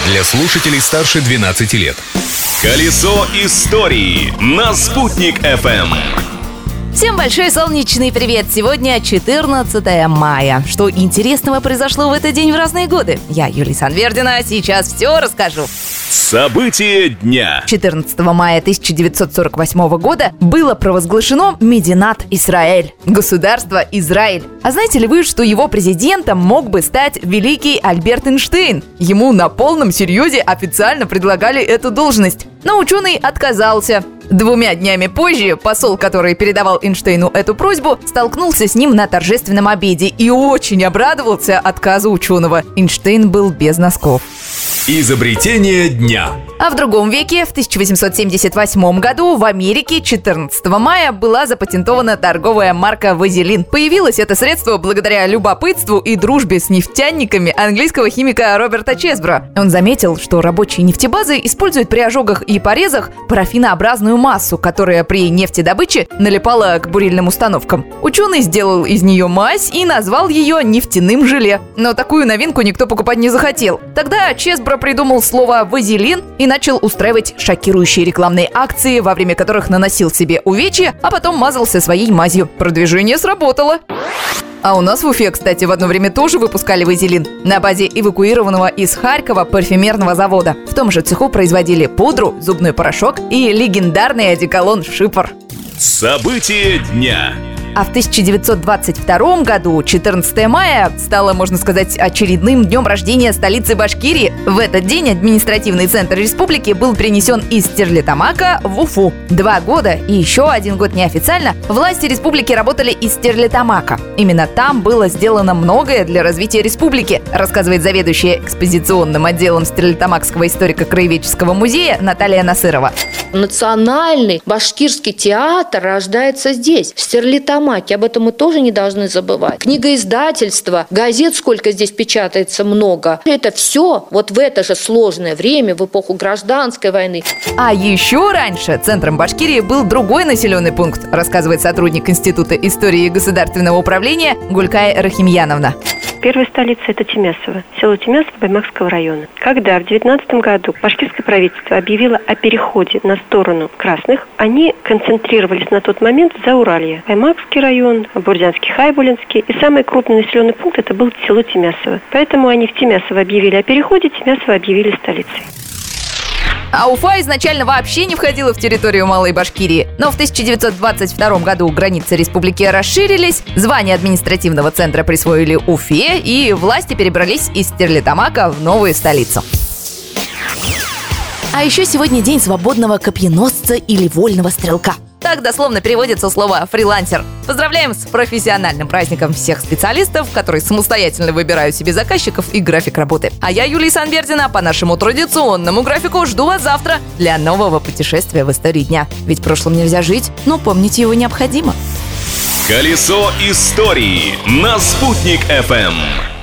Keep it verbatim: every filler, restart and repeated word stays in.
Для слушателей старше двенадцати лет. Колесо истории на Спутник эф эм. Всем большой солнечный привет! Сегодня четырнадцатое мая. Что интересного произошло в этот день в разные годы? Я, Юлия Санвердина, сейчас все расскажу. События дня. четырнадцатого мая тысяча девятьсот сорок восьмого года было провозглашено Мединат Исраэль, государство Израиль. А знаете ли вы, что его президентом мог бы стать великий Альберт Эйнштейн? Ему на полном серьезе официально предлагали эту должность, но ученый отказался. Двумя днями позже посол, который передавал Эйнштейну эту просьбу, столкнулся с ним на торжественном обеде и очень обрадовался отказу ученого. Эйнштейн был без носков. Изобретение дня. А в другом веке, в тысяча восемьсот семьдесят восьмом году, в Америке четырнадцатого мая была запатентована торговая марка «Вазелин». Появилось это средство благодаря любопытству и дружбе с нефтяниками английского химика Роберта Чесбро. Он заметил, что рабочие нефтебазы используют при ожогах и порезах парафинообразную массу, которая при нефтедобыче налипала к бурильным установкам. Ученый сделал из нее мазь и назвал ее нефтяным желе. Но такую новинку никто покупать не захотел. Тогда Чесбро придумал слово «вазелин» и начал устраивать шокирующие рекламные акции, во время которых наносил себе увечья, а потом мазался своей мазью. Продвижение сработало. А у нас в Уфе, кстати, в одно время тоже выпускали вазелин на базе эвакуированного из Харькова парфюмерного завода. В том же цеху производили пудру, зубной порошок и легендарный одеколон «Шипр». События дня. А в тысяча девятьсот двадцать втором году, четырнадцатое мая, стало, можно сказать, очередным днем рождения столицы Башкирии. В этот день административный центр республики был перенесен из Стерлитамака в Уфу. Два года и еще один год неофициально власти республики работали из Стерлитамака. Именно там было сделано многое для развития республики, рассказывает заведующая экспозиционным отделом Стерлитамакского историко-краеведческого музея Наталья Насырова. Национальный башкирский театр рождается здесь, в Стерлитамаке. Об этом мы тоже не должны забывать. Книгоиздательство, газет сколько здесь печатается много. Это все вот в это же сложное время, в эпоху гражданской войны. А еще раньше центром Башкирии был другой населенный пункт, рассказывает сотрудник Института истории и государственного управления Гулькай Рахимьяновна. Первая столица – это Тимясово, село Тимясово Баймакского района. Когда в девятнадцатом году башкирское правительство объявило о переходе на сторону красных, они концентрировались на тот момент в Зауралье. Баймакский район, Бурзянский, Хайбулинский. И самый крупный населенный пункт – это было село Тимясово. Поэтому они в Тимясово объявили о переходе, Тимясово объявили столицей. А Уфа изначально вообще не входила в территорию Малой Башкирии. Но в тысяча девятьсот двадцать втором году границы республики расширились, звание административного центра присвоили Уфе, и власти перебрались из Стерлитамака в новую столицу. А еще сегодня день свободного копьеносца или вольного стрелка. Так дословно переводится слово «фрилансер». Поздравляем с профессиональным праздником всех специалистов, которые самостоятельно выбирают себе заказчиков и график работы. А я, Юлия Санвердина, по нашему традиционному графику жду вас завтра для нового путешествия в истории дня. Ведь прошлым нельзя жить, но помнить его необходимо. Колесо истории на Спутник эф эм.